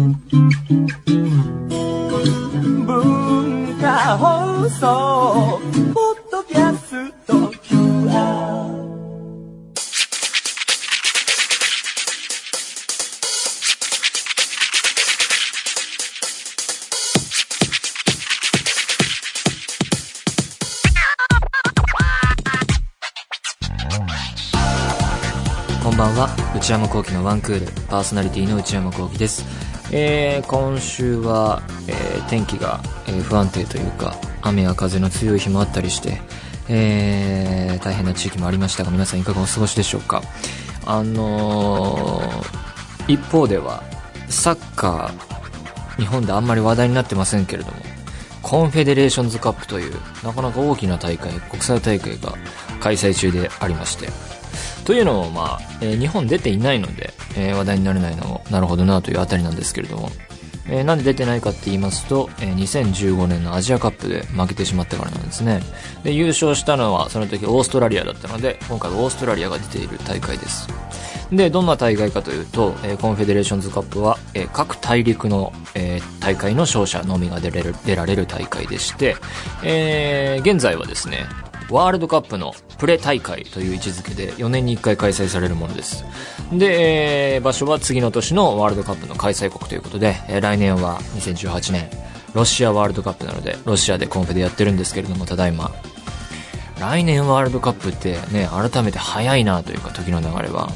文化放送ポッドキャスト QR。 こんばんは、内山聖輝のワンクールパーソナリティの内山聖輝です。今週は、天気が、不安定というか雨や風の強い日もあったりして、大変な地域もありましたが、皆さんいかがお過ごしでしょうか。一方ではサッカー日本であんまり話題になってませんけれども、コンフェデレーションズカップというなかなか大きな大会、国際大会が開催中でありまして、というのも日本出ていないので、話題になれないのもなるほどなというあたりなんですけれども、なんで出てないかって言いますと、2015年のアジアカップで負けてしまったからなんですね。で、優勝したのはその時オーストラリアだったので、今回はオーストラリアが出ている大会です。で、どんな大会かというと、コンフェデレーションズカップは、各大陸の、大会の勝者のみが出られる大会でして、現在はですね、ワールドカップのプレ大会という位置づけで4年に1回開催されるものです。で、場所は次の年のワールドカップの開催国ということで、来年は2018年ロシアワールドカップなので、ロシアでコンフェでやってるんですけれども、ただいま来年ワールドカップってね、改めて早いなというか、時の流れは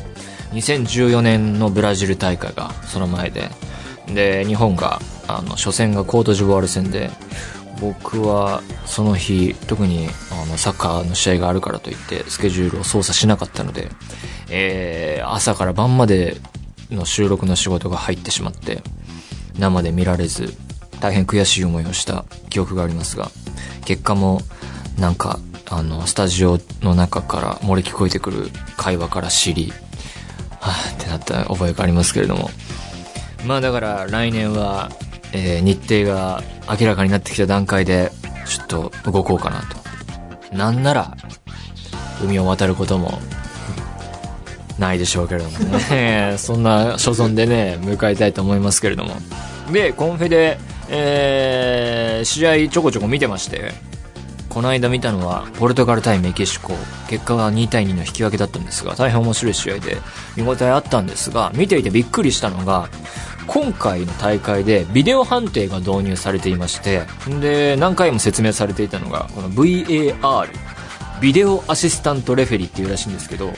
2014年のブラジル大会がその前で、日本が初戦がコートジボワール戦で、僕はその日特にサッカーの試合があるからといってスケジュールを操作しなかったので、朝から晩までの収録の仕事が入ってしまって生で見られず、大変悔しい思いをした記憶がありますが、結果もなんかスタジオの中から漏れ聞こえてくる会話から知り、はぁってなった覚えがありますけれども、だから来年は日程が明らかになってきた段階でちょっと動こうかなと。なんなら海を渡ることもないでしょうけれどもねそんな所存でね迎えたいと思いますけれども。で、コンフェで、試合ちょこちょこ見てまして、この間見たのはポルトガル対メキシコ、結果は2対2の引き分けだったんですが、大変面白い試合で見応えあったんですが、見ていてびっくりしたのが、今回の大会でビデオ判定が導入されていまして、で何回も説明されていたのがこの VAR ビデオアシスタントレフェリーっていうらしいんですけど、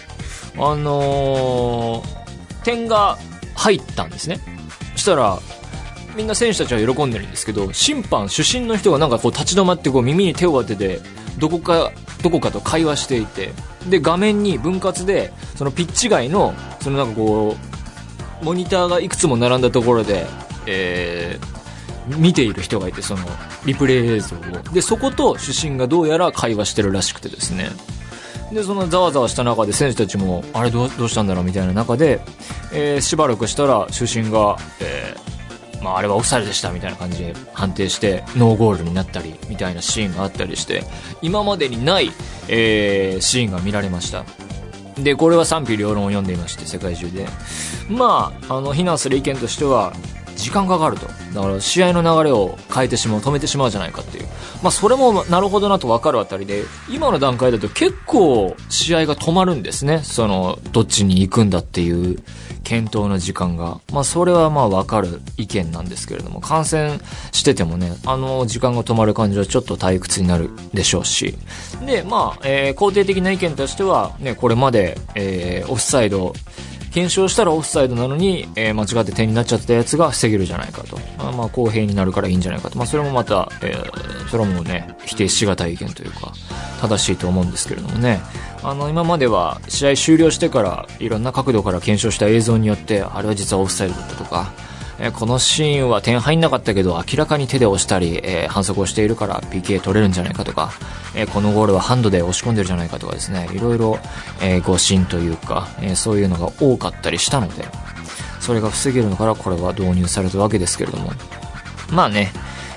点が入ったんですね。そしたらみんな選手たちは喜んでるんですけど、審判主審の人がなんかこう立ち止まってこう耳に手を当ててどこかと会話していて、で画面に分割でそのピッチ外のそのなんかこうモニターがいくつも並んだところで、見ている人がいて、そのリプレイ映像を、でそこと主審がどうやら会話してるらしくてですね、でそのざわざわした中で選手たちもあれどうしたんだろうみたいな中で、しばらくしたら主審が、あれはオフサイドでしたみたいな感じで判定してノーゴールになったりみたいなシーンがあったりして、今までにない、シーンが見られました。でこれは賛否両論を読んでいまして、世界中で非難する意見としては時間かかると、だから試合の流れを変えてしまう、止めてしまうじゃないかっていう、それもなるほどなと分かるあたりで、今の段階だと結構試合が止まるんですね。そのどっちに行くんだっていう検討の時間が、それは分かる意見なんですけれども、観戦しててもね、時間が止まる感じはちょっと退屈になるでしょうし、で肯定的な意見としてはね、これまで、オフサイド検証したらオフサイドなのに、間違って点になっちゃったやつが防げるじゃないかと、公平になるからいいんじゃないかと、それもまた、それはもうね否定しがたい意見というか正しいと思うんですけれどもね、今までは試合終了してからいろんな角度から検証した映像によって、あれは実はオフサイドだったとか、このシーンは点入んなかったけど明らかに手で押したり、反則をしているから PK 取れるんじゃないかとか、このゴールはハンドで押し込んでるじゃないかとかですね、いろいろ、誤審というか、そういうのが多かったりしたので、それが防げるのからこれは導入されたわけですけれども、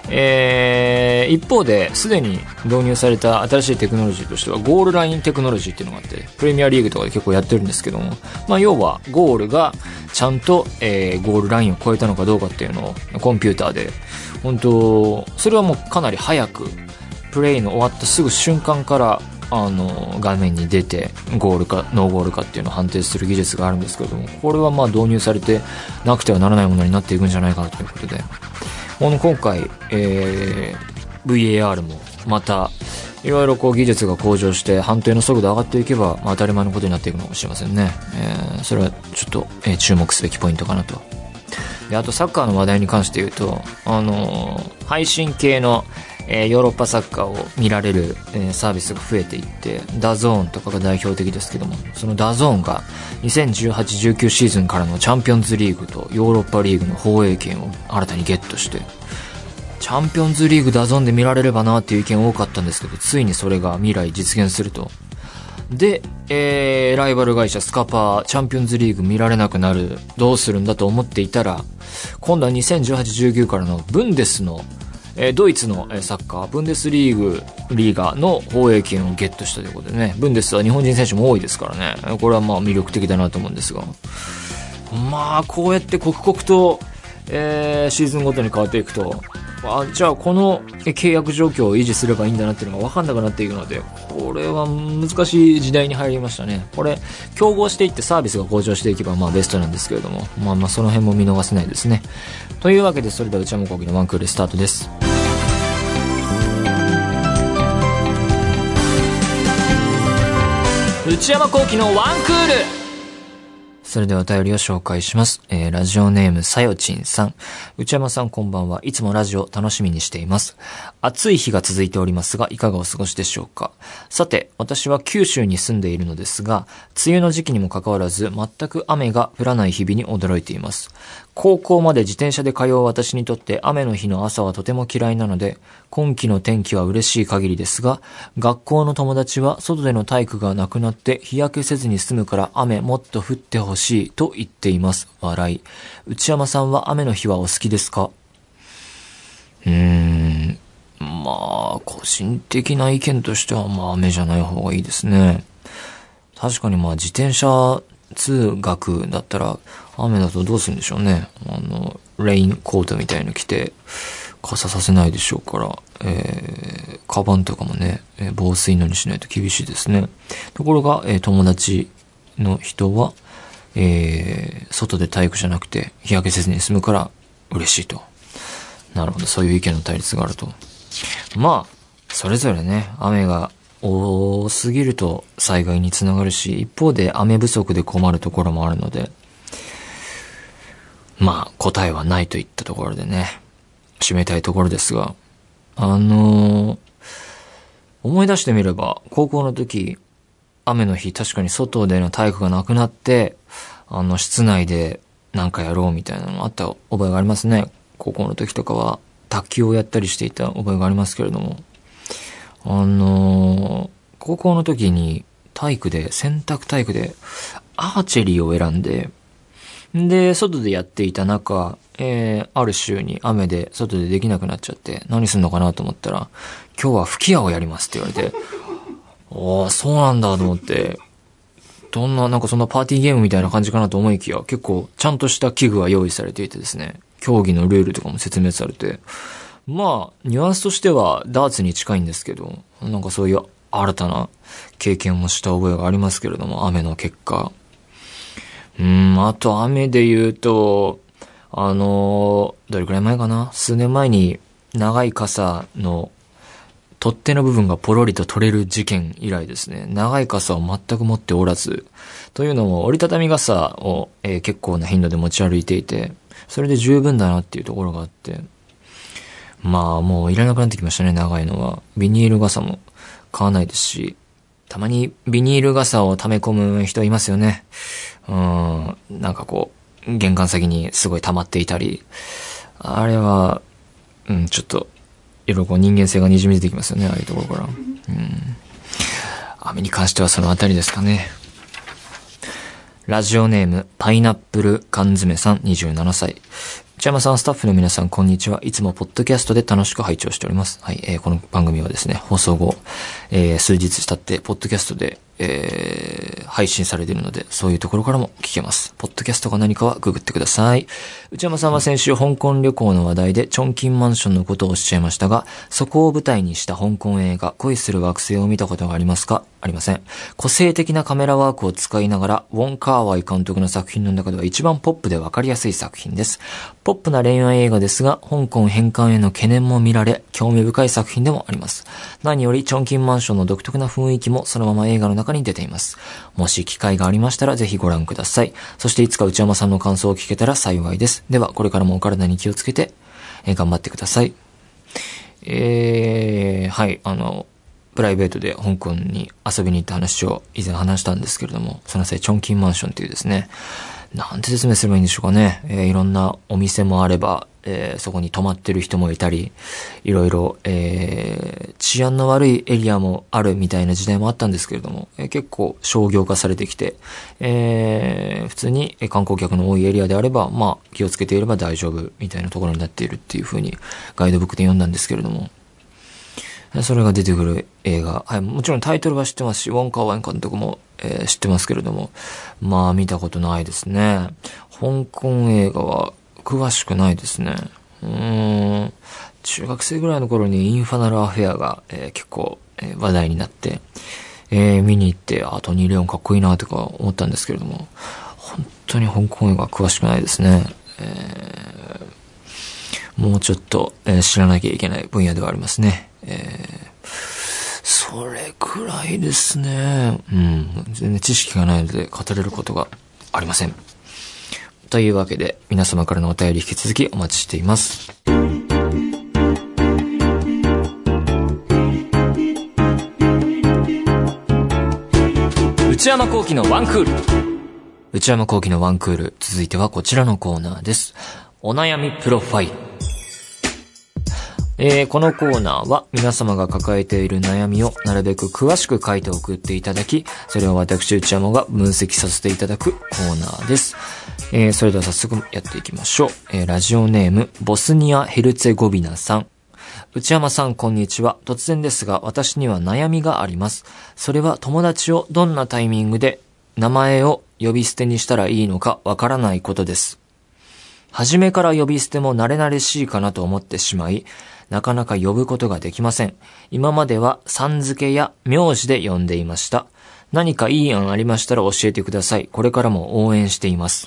一方で、すでに導入された新しいテクノロジーとしては、ゴールラインテクノロジーっていうのがあって、プレミアリーグとかで結構やってるんですけども、まあ、要は、ゴールがちゃんと、ゴールラインを超えたのかどうかっていうのを、コンピューターで、本当それはもうかなり早く、プレイの終わったすぐ瞬間から、画面に出て、ゴールか、ノーゴールかっていうのを判定する技術があるんですけれども、これはまあ導入されて、なくてはならないものになっていくんじゃないかなということで、今回、VAR もまたいろいろこう技術が向上して判定の速度上がっていけば、まあ、当たり前のことになっていくのかもしれませんね。それはちょっと、注目すべきポイントかなと。で、あとサッカーの話題に関して言うと、配信系の、ヨーロッパサッカーを見られる、サービスが増えていって、ダゾーンとかが代表的ですけども、そのダゾーンが2018-19シーズンからのチャンピオンズリーグとヨーロッパリーグの放映権を新たにゲットして、チャンピオンズリーグダゾーンで見られればなっていう意見多かったんですけど、ついにそれが未来実現すると。で、ライバル会社スカパーチャンピオンズリーグ見られなくなる、どうするんだと思っていたら、今度は2018-19からのブンデスのドイツのサッカー、ブンデスリーガの放映権をゲットしたということでね、ブンデスは日本人選手も多いですからね、これはまあ魅力的だなと思うんですが、まあこうやって刻々と、シーズンごとに変わっていくと、じゃあこの契約状況を維持すればいいんだなっていうのが分かんなくなっていくので、これは難しい時代に入りましたね。これ競合していってサービスが向上していけばまあベストなんですけれども、まあその辺も見逃せないですね。というわけで、それでは内山聖輝のワンクールスタートです。内山聖輝のワンクール。それではお便りを紹介します。ラジオネームさよちんさん。内山さんこんばんは。いつもラジオ楽しみにしています。暑い日が続いておりますが、いかがお過ごしでしょうか。さて、私は九州に住んでいるのですが、梅雨の時期にもかかわらず、全く雨が降らない日々に驚いています。高校まで自転車で通う私にとって雨の日の朝はとても嫌いなので、今季の天気は嬉しい限りですが、学校の友達は外での体育がなくなって日焼けせずに済むから雨もっと降ってほしいと言っています。笑い。内山さんは雨の日はお好きですか？まあ、個人的な意見としてはまあ雨じゃない方がいいですね。確かにまあ自転車通学だったら雨だとどうするんでしょうね。レインコートみたいの着て傘させないでしょうから、カバンとかもね、防水のにしないと厳しいですね。ところが、友達の人は、外で体育じゃなくて日焼けせずに済むから嬉しいと。なるほど、そういう意見の対立があると。まあそれぞれね、雨が多すぎると災害につながるし、一方で雨不足で困るところもあるので、まあ答えはないといったところでね、締めたいところですが、思い出してみれば高校の時、雨の日確かに外での体育がなくなって、室内でなんかやろうみたいなのあった覚えがありますね。高校の時とかは卓球をやったりしていた覚えがありますけれども、高校の時に選択体育でアーチェリーを選んで、外でやっていた中、ある週に雨で外でできなくなっちゃって、何すんのかなと思ったら、今日は吹き矢をやりますって言われて、そうなんだと思って、なんかそんなパーティーゲームみたいな感じかなと思いきや、結構ちゃんとした器具が用意されていてですね、競技のルールとかも説明されて、まあ、ニュアンスとしてはダーツに近いんですけど、なんかそういう新たな経験もした覚えがありますけれども、雨の結果。あと雨で言うと、どれくらい前かな？数年前に長い傘の取っ手の部分がポロリと取れる事件以来ですね、長い傘を全く持っておらず、というのも折りたたみ傘を、結構な頻度で持ち歩いていて、それで十分だなっていうところがあって、まあもういらなくなってきましたね、長いのは。ビニール傘も買わないですし、たまにビニール傘を溜め込む人いますよね。なんかこう、玄関先にすごい溜まっていたり、あれは、ちょっと、いろいろこう人間性が滲み出てきますよね、ああいうところから。雨に関してはそのあたりですかね。ラジオネーム、パイナップル缶詰さん、27歳。 内山さん、スタッフの皆さん、こんにちは。いつもポッドキャストで楽しく拝聴しております。はい、この番組はですね、放送後、数日経って、ポッドキャストで、配信されているので、そういうところからも聞けます。ポッドキャストが何かはググってください。内山さんは先週、香港旅行の話題で、チョンキンマンションのことをおっしゃいましたが、そこを舞台にした香港映画、恋する惑星を見たことがありますか？ありません。個性的なカメラワークを使いながら、ウォン・カーワイ監督の作品の中では一番ポップでわかりやすい作品です。ポップな恋愛映画ですが、香港返還への懸念も見られ、興味深い作品でもあります。何より、チョンキンマンションの独特な雰囲気もそのまま映画の中に出ています。もし機会がありましたらぜひご覧ください。そしていつか内山さんの感想を聞けたら幸いです。では、これからもお体に気をつけて、頑張ってください。はい、プライベートで香港に遊びに行った話を以前話したんですけれども、その際、チョンキンマンションっていうですね、なんて説明すればいいんでしょうかね。いろんなお店もあれば、そこに泊まってる人もいたり、いろいろ、治安の悪いエリアもあるみたいな時代もあったんですけれども、結構商業化されてきて、普通に観光客の多いエリアであれば、まあ気をつけていれば大丈夫みたいなところになっているっていう風にガイドブックで読んだんですけれども、それが出てくる映画、はい、もちろんタイトルは知ってますし、ウォン・カーワイ監督も、知ってますけれども、まあ見たことないですね。香港映画は詳しくないですね。中学生ぐらいの頃にインファナルアフェアが、結構、話題になって、見に行って、トニー・レオンかっこいいなとか思ったんですけれども、本当に香港映画詳しくないですね。もうちょっと、知らなきゃいけない分野ではありますね。それくらいですね。全然知識がないので語れることがありません。というわけで、皆様からのお便り引き続きお待ちしています。内山聖輝のワンクール。内山聖輝のワンクール。続いてはこちらのコーナーです。お悩みプロファイル。このコーナーは皆様が抱えている悩みをなるべく詳しく書いて送っていただき、それを私内山が分析させていただくコーナーです。それでは早速やっていきましょう。ラジオネームボスニア・ヘルツェゴビナさん。内山さんこんにちは。突然ですが私には悩みがあります。それは友達をどんなタイミングで名前を呼び捨てにしたらいいのかわからないことです。初めから呼び捨ても慣れ慣れしいかなと思ってしまい、なかなか呼ぶことができません。今まではさん付けや名字で呼んでいました。何かいい案ありましたら教えてください。これからも応援しています。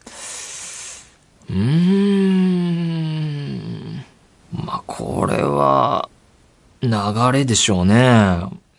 まあ、これは流れでしょうね。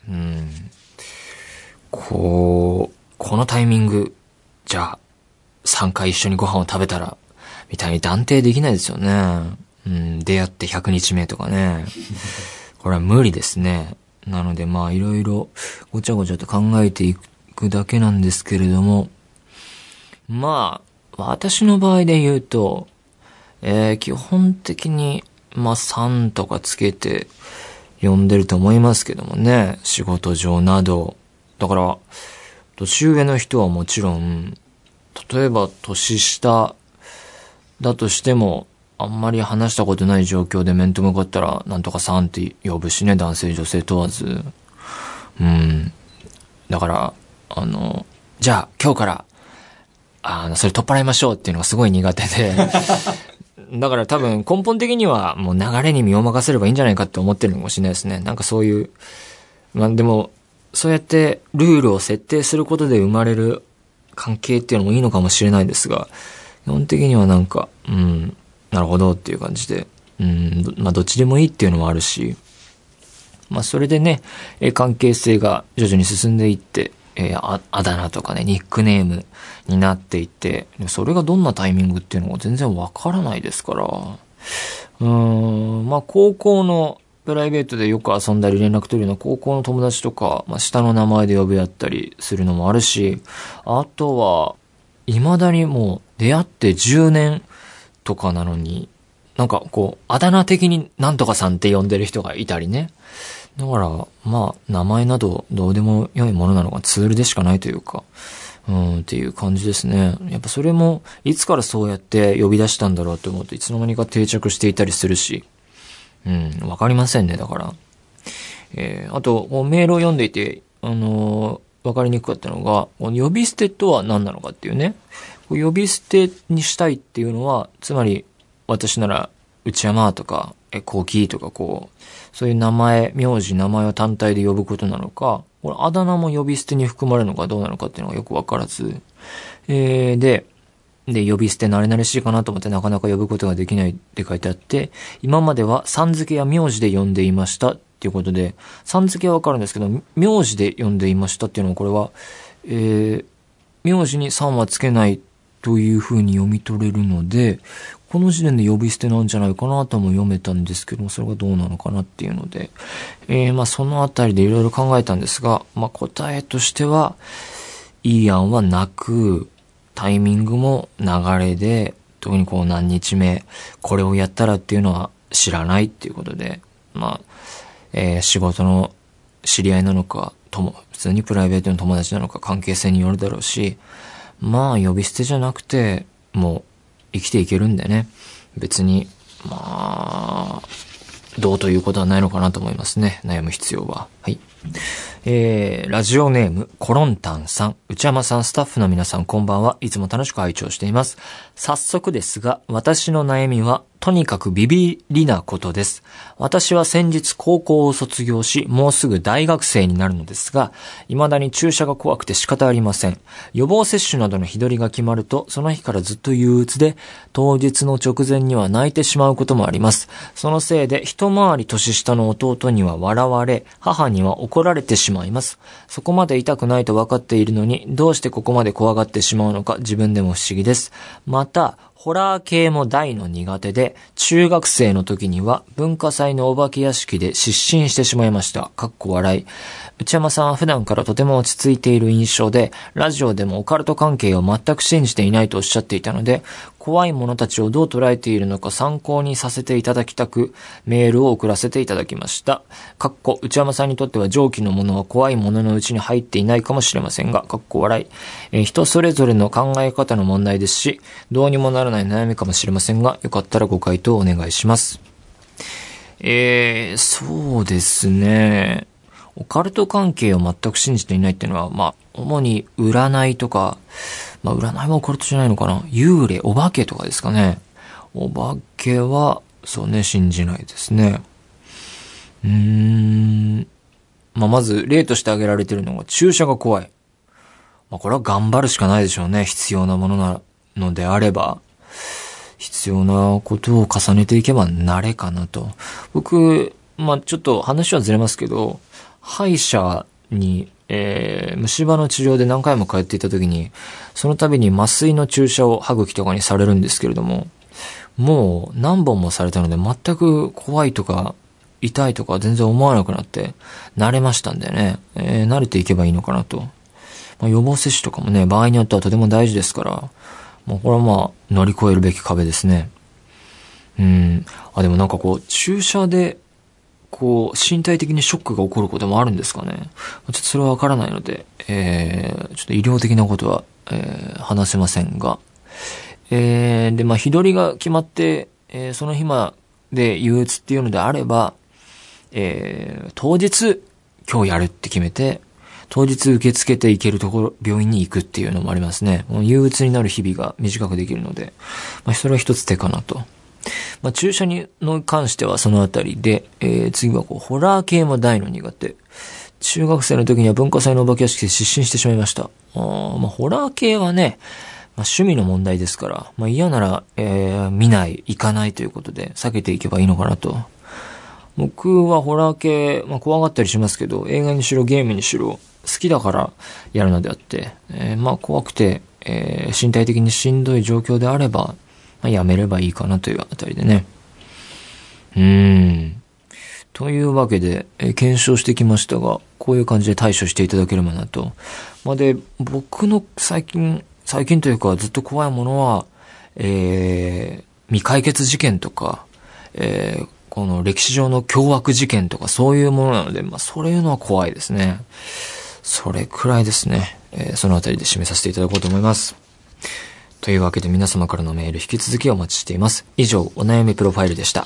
このタイミング、じゃあ3回一緒にご飯を食べたらみたいに断定できないですよね。出会って100日目とかね。これは無理ですね。なのでまあいろいろごちゃごちゃと考えていくだけなんですけれども、まあ私の場合で言うと、基本的にまあ3とかつけて呼んでると思いますけどもね。仕事上など。だから年上の人はもちろん、例えば年下だとしてもあんまり話したことない状況で面と向かったらなんとかさんって呼ぶしね、男性女性問わず。だからじゃあ今日からそれ取っ払いましょうっていうのがすごい苦手でだから多分根本的にはもう流れに身を任せればいいんじゃないかって思ってるのかもしれないですね。なんかそういう、まあでもそうやってルールを設定することで生まれる関係っていうのもいいのかもしれないですが、基本的にはなんかなるほどっていう感じで、まあどっちでもいいっていうのもあるし、まあそれでね、関係性が徐々に進んでいって、あだ名とかね、ニックネームになっていって、それがどんなタイミングっていうのも全然わからないですから、まあ高校のプライベートでよく遊んだり連絡取るような高校の友達とか、まあ下の名前で呼び合ったりするのもあるし、あとは、未だにもう出会って10年とかなのに、なんかこう、あだ名的になんとかさんって呼んでる人がいたりね。だから、まあ、名前などどうでも良いものなのがツールでしかないというか、 っていう感じですね。やっぱそれも、いつからそうやって呼び出したんだろうと思うといつの間にか定着していたりするし、わかりませんね、だから。あと、メールを読んでいて、わかりにくかったのが、呼び捨てとは何なのかっていうね。呼び捨てにしたいっていうのは、つまり、私なら、内山とか、コーキーとかそういう名前を単体で呼ぶことなのか、あだ名も呼び捨てに含まれるのかどうなのかっていうのがよくわからず、で、呼び捨て慣れ慣れしいかなと思ってなかなか呼ぶことができないって書いてあって、今まではさん付けや名字で呼んでいましたっていうことで、さん付けはわかるんですけど、名字で呼んでいましたっていうのはこれは、名字にさんはつけないという風に読み取れるので、この時点で呼び捨てなんじゃないかなとも読めたんですけども、それがどうなのかなっていうので、そのあたりでいろいろ考えたんですが、答えとしては、いい案はなく、タイミングも流れで、特に何日目、これをやったらっていうのは知らないっていうことで、仕事の知り合いなのか、普通にプライベートの友達なのか関係性によるだろうし、呼び捨てじゃなくて、もう生きていけるんでね。別に、どうということはないのかなと思いますね。悩む必要は。はい。ラジオネーム、コロンタンさん、内山さん、スタッフの皆さん、こんばんは。いつも楽しく拝聴しています。早速ですが、私の悩みは、とにかくビビりなことです。私は先日高校を卒業し、もうすぐ大学生になるのですが、未だに注射が怖くて仕方ありません。予防接種などの日取りが決まると、その日からずっと憂鬱で、当日の直前には泣いてしまうこともあります。そのせいで、一回り年下の弟には笑われ、母には怒られてしまいます。そこまで痛くないと分かっているのに、どうしてここまで怖がってしまうのか自分でも不思議です。また、ホラー系も大の苦手で、中学生の時には文化祭のお化け屋敷で失神してしまいました。かっこ笑い。内山さんは普段からとても落ち着いている印象で、ラジオでもオカルト関係を全く信じていないとおっしゃっていたので、怖い者たちをどう捉えているのか参考にさせていただきたく、メールを送らせていただきました。かっこ内山さんにとっては上記のものは怖いもののうちに入っていないかもしれませんが、かっこ笑い。人それぞれの考え方の問題ですし、どうにもならない悩みかもしれませんが、よかったらご回答お願いします。そうですね。オカルト関係を全く信じていないっていうのは、主に占いとか、占いはオカルトじゃないのかな。幽霊、お化けとかですかね。お化けは、そうね、信じないですね。まず、例として挙げられているのが、注射が怖い。これは頑張るしかないでしょうね。必要なものなのであれば。必要なことを重ねていけば慣れかなと。僕、ちょっと話はずれますけど、歯医者に、虫歯の治療で何回も通っていた時に、その度に麻酔の注射を歯茎とかにされるんですけれども、もう何本もされたので全く怖いとか痛いとか全然思わなくなって慣れましたんでね、慣れていけばいいのかなと。予防接種とかもね、場合によってはとても大事ですから、これは乗り越えるべき壁ですね。でも注射で、身体的にショックが起こることもあるんですかね。ちょっとそれはわからないので、ちょっと医療的なことは、話せませんが。日取りが決まって、その日まで憂鬱っていうのであれば、当日、今日やるって決めて、当日受け付けていけるところ、病院に行くっていうのもありますね。憂鬱になる日々が短くできるので、それは一つ手かなと。注射の関してはそのあたりで、次はホラー系も大の苦手。中学生の時には文化祭のお化け屋敷で失神してしまいました。ホラー系はね、趣味の問題ですから、嫌なら、見ない、行かないということで避けていけばいいのかなと。僕はホラー系、怖がったりしますけど、映画にしろゲームにしろ、好きだからやるのであって、怖くて、身体的にしんどい状況であれば、やめればいいかなというあたりでね。というわけで、検証してきましたが、こういう感じで対処していただければなと。で、僕の最近というかずっと怖いものは、未解決事件とか、この歴史上の凶悪事件とかそういうものなので、そういうのは怖いですね。 それくらいですね。そのあたりで締めさせていただこうと思います。というわけで皆様からのメール引き続きお待ちしています。以上、お悩みプロファイルでした。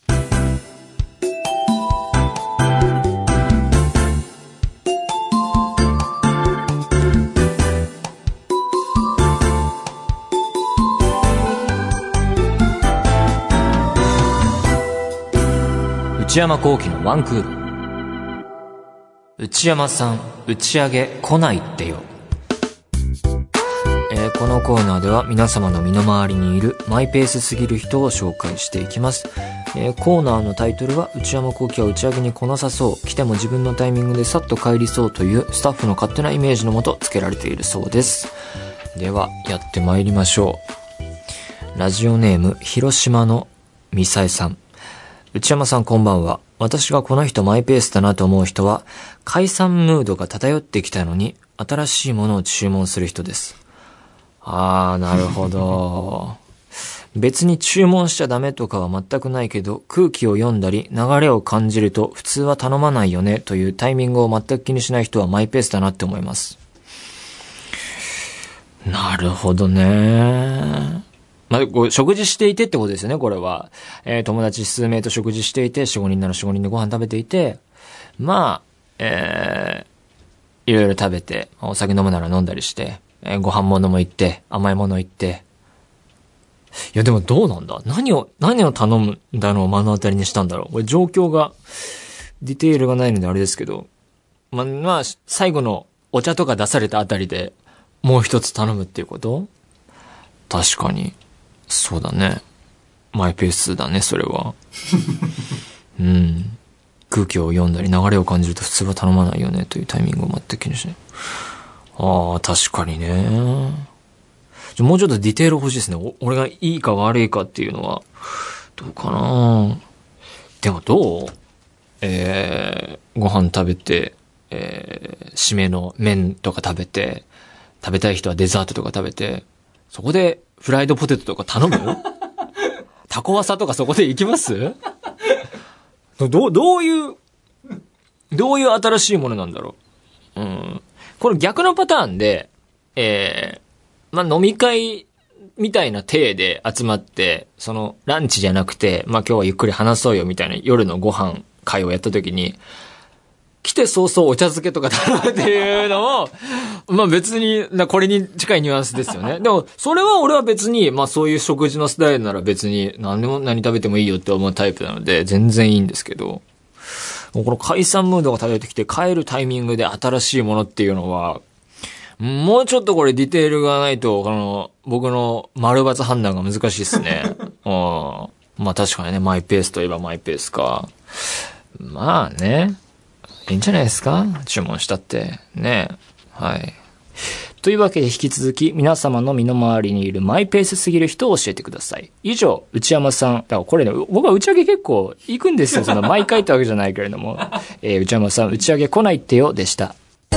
内山聖輝のワンクール。内山さん、打ち上げ来ないってよ。このコーナーでは皆様の身の回りにいるマイペースすぎる人を紹介していきます。コーナーのタイトルは内山聖輝は打ち上げに来なさそう、来ても自分のタイミングでさっと帰りそうというスタッフの勝手なイメージのもと付けられているそうです。ではやってまいりましょう。ラジオネーム広島のみさえさん。内山さんこんばんは。私がこの人マイペースだなと思う人は、解散ムードが漂ってきたのに新しいものを注文する人です。なるほど。別に注文しちゃダメとかは全くないけど、空気を読んだり流れを感じると普通は頼まないよねというタイミングを全く気にしない人はマイペースだなって思います。なるほどね。食事していてってことですよね、これは。友達数名と食事していて、4、5人なら4、5人でご飯食べていて、いろいろ食べて、お酒飲むなら飲んだりして、ご飯物も行って、甘いもの行って。いや、でもどうなんだ？何を頼むんだろう、目の当たりにしたんだろう。これ状況が、ディテールがないのであれですけど、最後のお茶とか出されたあたりで、もう一つ頼むっていうこと？確かに。そうだね。マイペースだね、それは。うん。空気を読んだり流れを感じると普通は頼まないよねというタイミングを全く気にしない。確かにね。もうちょっとディテール欲しいですね。俺がいいか悪いかっていうのは。どうかな。でもどう？ご飯食べて、締めの麺とか食べて、食べたい人はデザートとか食べて、そこでフライドポテトとか頼む？タコワサとかそこで行きます？どういう新しいものなんだろう。これ逆のパターンで、飲み会みたいな体で集まって、ランチじゃなくて、今日はゆっくり話そうよみたいな夜のご飯会をやった時に、来て早々お茶漬けとか頼むっていうのを、別に、これに近いニュアンスですよね。でも、それは俺は別に、そういう食事のスタイルなら別に何食べてもいいよって思うタイプなので、全然いいんですけど、この解散ムードが漂ってきて帰るタイミングで新しいものっていうのは、もうちょっとこれディテールがないと、僕の丸抜判断が難しいですね。確かにね、マイペースといえばマイペースか。ね。いいんじゃないですか？注文したって。ね。はい。というわけで引き続き皆様の身の回りにいるマイペースすぎる人を教えてください。以上、内山さん。だからこれね、僕は打ち上げ結構行くんですよ。毎回ってわけじゃないけれども。内山さん、打ち上げ来ないってよでした。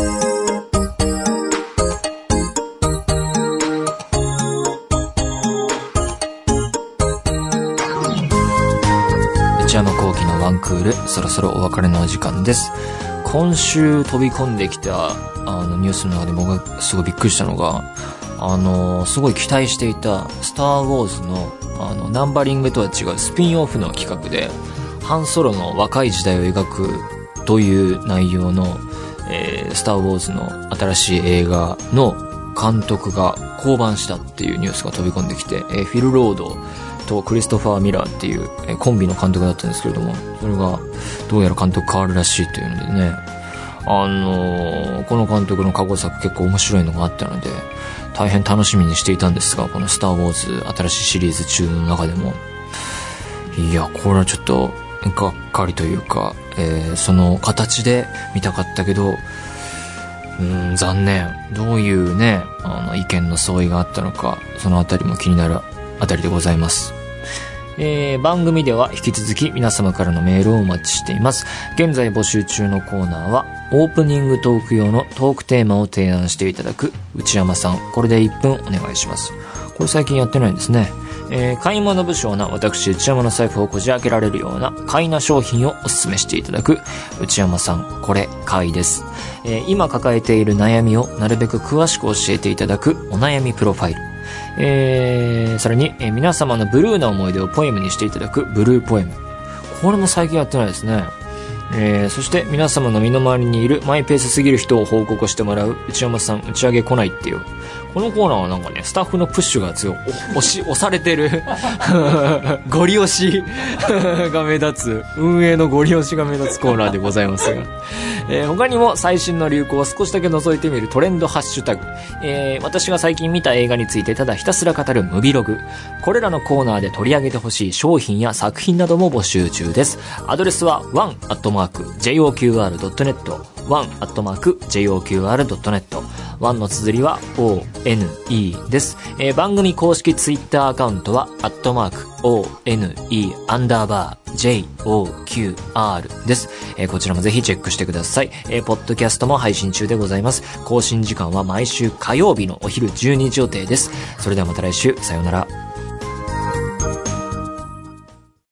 内山聖輝のワンクール、そろそろお別れのお時間です。今週飛び込んできたニュースの中で僕がすごいびっくりしたのが、すごい期待していたスターウォーズのナンバリングとは違うスピンオフの企画で、ハンソロの若い時代を描くという内容の、スターウォーズの新しい映画の監督が降板したっていうニュースが飛び込んできて、フィル・ロードとクリストファー・ミラーっていう、コンビの監督だったんですけれども、それがどうやら監督変わるらしいというのでね、この監督の過去作結構面白いのがあったので大変楽しみにしていたんですが、このスターウォーズ新しいシリーズ中の中でも、いやこれはちょっとがっかりというか、その形で見たかったけど、残念。どういうね意見の相違があったのか、そのあたりも気になるあたりでございます。番組では引き続き皆様からのメールをお待ちしています。現在募集中のコーナーはオープニングトーク用のトークテーマを提案していただく内山さん、これで1分お願いします。これ最近やってないんですね。 買い物不詳な私内山の財布をこじ開けられるような買いな商品をお勧めしていただく内山さん、これ買いです。今抱えている悩みをなるべく詳しく教えていただくお悩みプロファイル。それに、皆様のブルーな思い出をポエムにしていただくブルーポエム。これも最近やってないですね。そして皆様の身の回りにいるマイペースすぎる人を報告してもらう内山さん打ち上げ来ないっていう。このコーナーはなんかね、スタッフのプッシュが強い。押されてる。ゴリ押しが目立つ。運営のゴリ押しが目立つコーナーでございますが。他にも最新の流行を少しだけ覗いてみるトレンドハッシュタグ。私が最近見た映画についてただひたすら語るムビログ。これらのコーナーで取り上げてほしい商品や作品なども募集中です。アドレスはone@joqr.net。one@joqr.net。1の綴りは ONE です。番組公式ツイッターアカウントは@ONE_JOQR です。こちらもぜひチェックしてください。ポッドキャストも配信中でございます。更新時間は毎週火曜日のお昼12時予定です。それではまた来週、さようなら。